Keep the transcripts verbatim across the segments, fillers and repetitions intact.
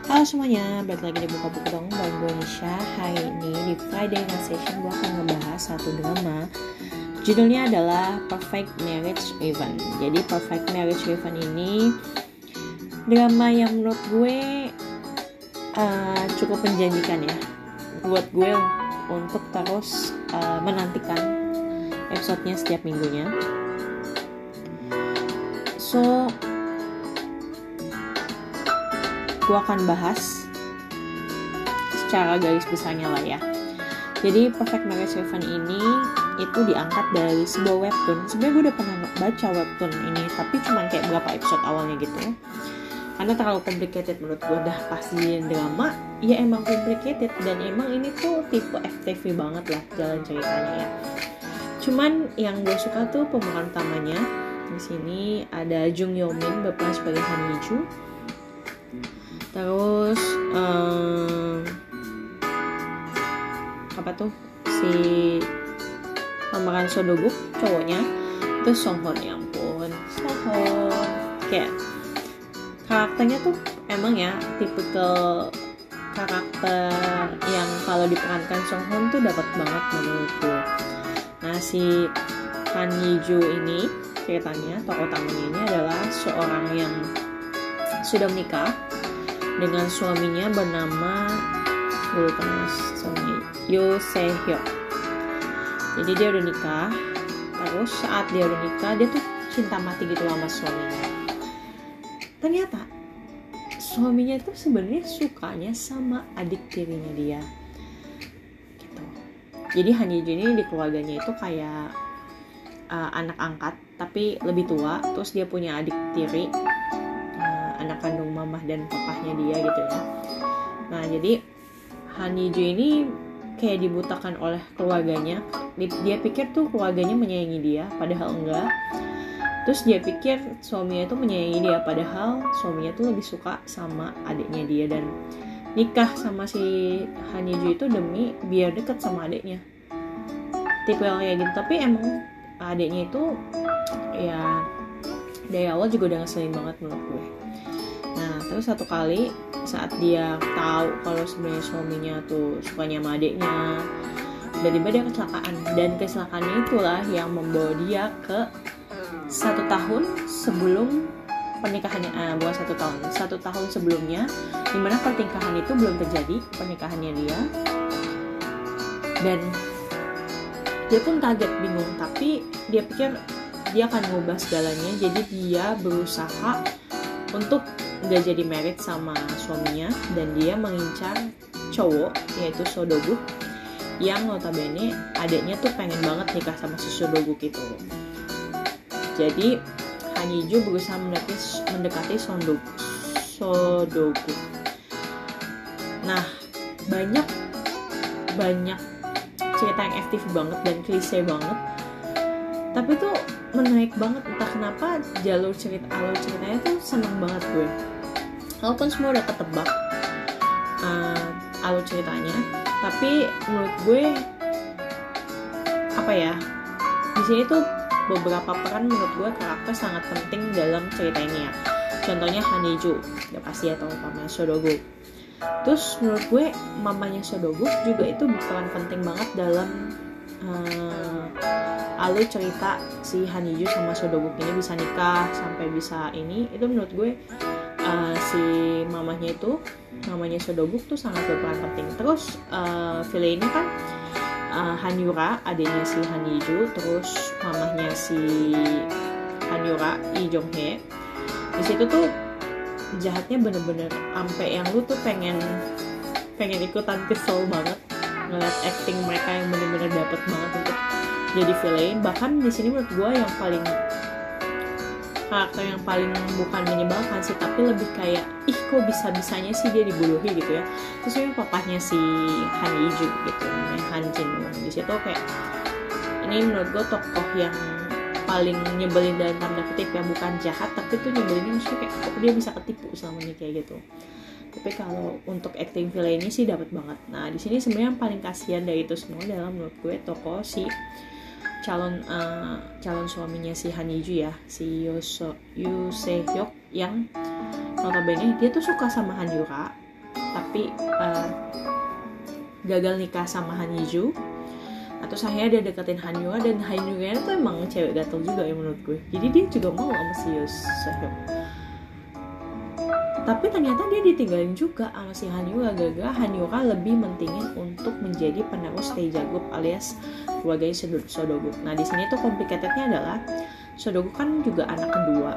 Halo semuanya, balik lagi di Buka Buku Dong bareng gue Nisha. Hari ini di Friday Night Session gue akan ngebahas satu drama. Judulnya adalah Perfect Marriage Revenge. Jadi Perfect Marriage Revenge ini drama yang menurut gue uh, cukup menjanjikan ya, buat gue untuk terus uh, menantikan episodenya setiap minggunya. So gue akan bahas secara garis besarnya lah ya. Jadi Perfect Marriage Revenge ini itu diangkat dari sebuah webtoon. Sebenarnya gue udah pernah baca webtoon ini, tapi cuma kayak berapa episode awalnya gitu. Karena terlalu complicated menurut gue. Dah pasti drama, ya emang complicated, dan emang ini tuh tipe F T V banget lah jalan ceritanya ya. Cuman yang gue suka tuh pemeran utamanya. Di sini ada Jung Yo Min berperan sebagai Han Yi Joo. Terus um, apa tuh si pemeran Sodoguk cowoknya itu Song Hon, ya ampun Song Hon, kayak karakternya tuh emang ya tipikal karakter yang kalau diperankan Song Hon tuh dapat banget menurutku. Nah si Han Yi Joo ini ceritanya tokoh utamanya ini adalah seorang yang sudah menikah dengan suaminya bernama gue lupa nama suami Yoo Se Hyuk. Jadi dia udah nikah, terus saat dia udah nikah dia tuh cinta mati gitu sama suaminya. Ternyata suaminya tuh sebenarnya sukanya sama adik tirinya dia gitu. Jadi Han Yi Joo ini di keluarganya itu kayak uh, anak angkat tapi lebih tua, terus dia punya adik tiri, anak kandung mamah dan papahnya dia gitu ya. Nah jadi Han Yi Joo ini kayak dibutakan oleh keluarganya. Dia pikir tuh keluarganya menyayangi dia, padahal enggak. Terus dia pikir suaminya itu menyayangi dia, padahal suaminya tuh lebih suka sama adiknya dia, dan nikah sama si Han Yi Joo itu demi biar deket sama adiknya. Tipe kayak gitu. Tapi emang adiknya itu ya dari awal juga udah ngeselin banget menurut gue. Nah terus satu kali saat dia tahu kalau sebenarnya suaminya tuh sukanya sama adiknya, tiba-tiba dia kecelakaan, dan kecelakaannya itulah yang membawa dia ke satu tahun sebelum pernikahannya, eh, bukan satu tahun, satu tahun sebelumnya, dimana pernikahan itu belum terjadi, pernikahannya dia, dan dia pun kaget, bingung, tapi dia pikir dia akan mengubah segalanya, jadi dia berusaha untuk gak jadi married sama suaminya, dan dia mengincar cowok yaitu Sodoguk yang notabene adiknya tuh pengen banget nikah sama si Sodoguk itu. Jadi Han Yi Joo berusaha mendekati, mendekati Sodoguk. Sodoguk. Nah banyak banyak cerita yang F T V banget dan klise banget, tapi tuh menarik banget, entah kenapa jalur cerita alur ceritanya tuh seneng banget gue. Walaupun semua udah ketebak uh, alur ceritanya, tapi menurut gue apa ya, di sini tuh beberapa peran menurut gue karakter sangat penting dalam cerita ini ya. Contohnya Han Yi Joo, udah pasti ya tahu namanya Sodoguk. Terus menurut gue mamanya Sodoguk juga itu berperan penting banget dalam uh, alur cerita si Han Yi Joo sama Sodoguk ini bisa nikah sampai bisa ini. Itu menurut gue uh, si mamanya itu, mamanya Sodoguk tuh sangat berperan penting. Terus uh, film ini kan uh, Han Yura, adiknya si Han Yi Joo, terus mamanya si Han Yura, Lee Jong Hae. Di situ tuh jahatnya bener-bener ampe yang lu tuh pengen pengen ikutan kesel banget ngeliat acting mereka yang bener-bener dapet banget untuk jadi villain. Bahkan di sini menurut gue yang paling karakter yang paling bukan menyebalkan sih, tapi lebih kayak ih kok bisa-bisanya sih dia dibunuhi gitu ya. Terus ini papahnya si Han Yi Joo gitu, namanya Han Jin Won. Di situ kayak ini menurut gue tokoh yang paling nyebelin dalam tanda kutip ya, bukan jahat tapi tuh nyebelinnya maksudnya kayak kok dia bisa ketipu sama ini kayak gitu. Tapi kalau untuk acting villain ini sih dapat banget. Nah di sini sebenarnya yang paling kasihan dari itu semua dalam menurut gue tokoh si calon uh, calon suaminya si Han Yi Joo ya, si Yoo Se Hyuk, yang notabene dia tuh suka sama Han Yura, tapi uh, gagal nikah sama Han Hye-ju. Nah, terus akhirnya dia deketin Han Yuga, dan Han Yuga tuh emang cewek gatel juga ya menurut gue. Jadi dia juga mau sama si Seo-hyuk. Tapi ternyata dia ditinggalin juga sama si Han Yuga, gara-gara Han Yuga lebih mentingin untuk menjadi penerus Daejaguk alias keluarganya So-do-guk. Nah di sini tuh complicatednya adalah So-do-guk kan juga anak kedua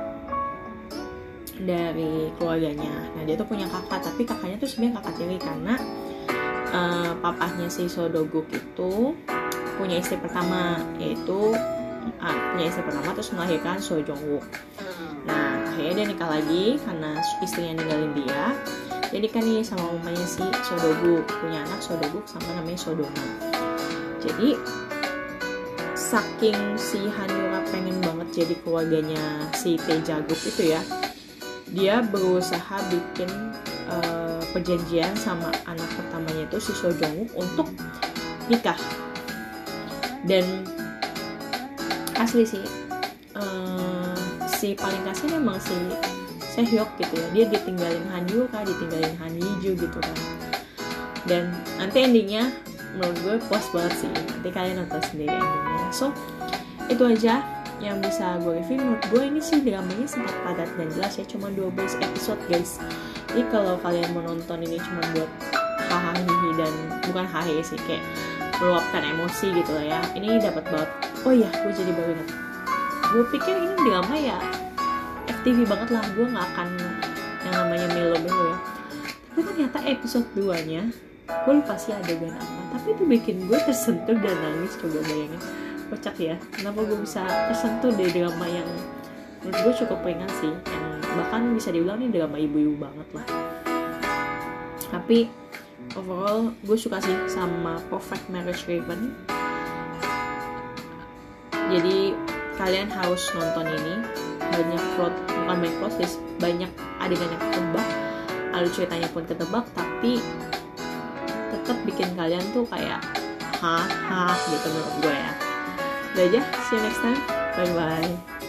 dari keluarganya. Nah dia tuh punya kakak, tapi kakaknya tuh sebenarnya kakak tiri karena uh, papahnya si So-do-guk itu punya istri pertama, yaitu uh, punya istri pertama terus melahirkan So Jong-wook. Nah akhirnya dia nikah lagi karena istrinya ninggalin dia. Jadi kan nih sama mamanya si So-do-guk, punya anak So-do-guk sama namanya So-dona. Jadi saking si Han Yuga pengen banget jadi keluarganya si Daejaguk itu ya, dia berusaha bikin uh, perjanjian sama anak pertamanya itu si So Jong-wook untuk nikah. Dan asli sih uh, si paling kasihan emang si Seo-hyuk gitu ya, dia ditinggalin Han Yuga, ditinggalin Han Hye-ju gitu kan. Dan nanti endingnya menurut gue puas banget sih, nanti kalian nonton sendiri endingnya. So itu aja yang bisa gue review. Menurut gue ini sih dramanya sangat padat dan jelas ya, cuma dua belas episode guys. Jadi kalau kalian mau nonton ini cuma buat hahaha dan bukan hahaha sih, kayak meluapkan emosi gitu lah ya, ini dapat banget. Oh iya, gue jadi baru ingat, gue pikir ini drama ya F T V banget lah, gue gak akan yang namanya melo-melo ya. Tapi ternyata episode dua nya gue lupa sih adegan apa, tapi itu bikin gue tersentuh dan nangis. Coba bayangin, kocak ya, kenapa gue bisa tersentuh dari drama yang menurut gue cukup ringan sih, yang bahkan bisa dibilang nih drama ibu-ibu banget lah. Tapi overall gue suka sih sama Perfect Marriage Raven. Jadi kalian harus nonton ini, banyak plot, bukan banyak plot twist, banyak adegan yang ketebak, alur ceritanya pun ketebak, tapi tetap bikin kalian tuh kayak hah hah gitu menurut gue ya. Udah aja, see you next time, bye bye.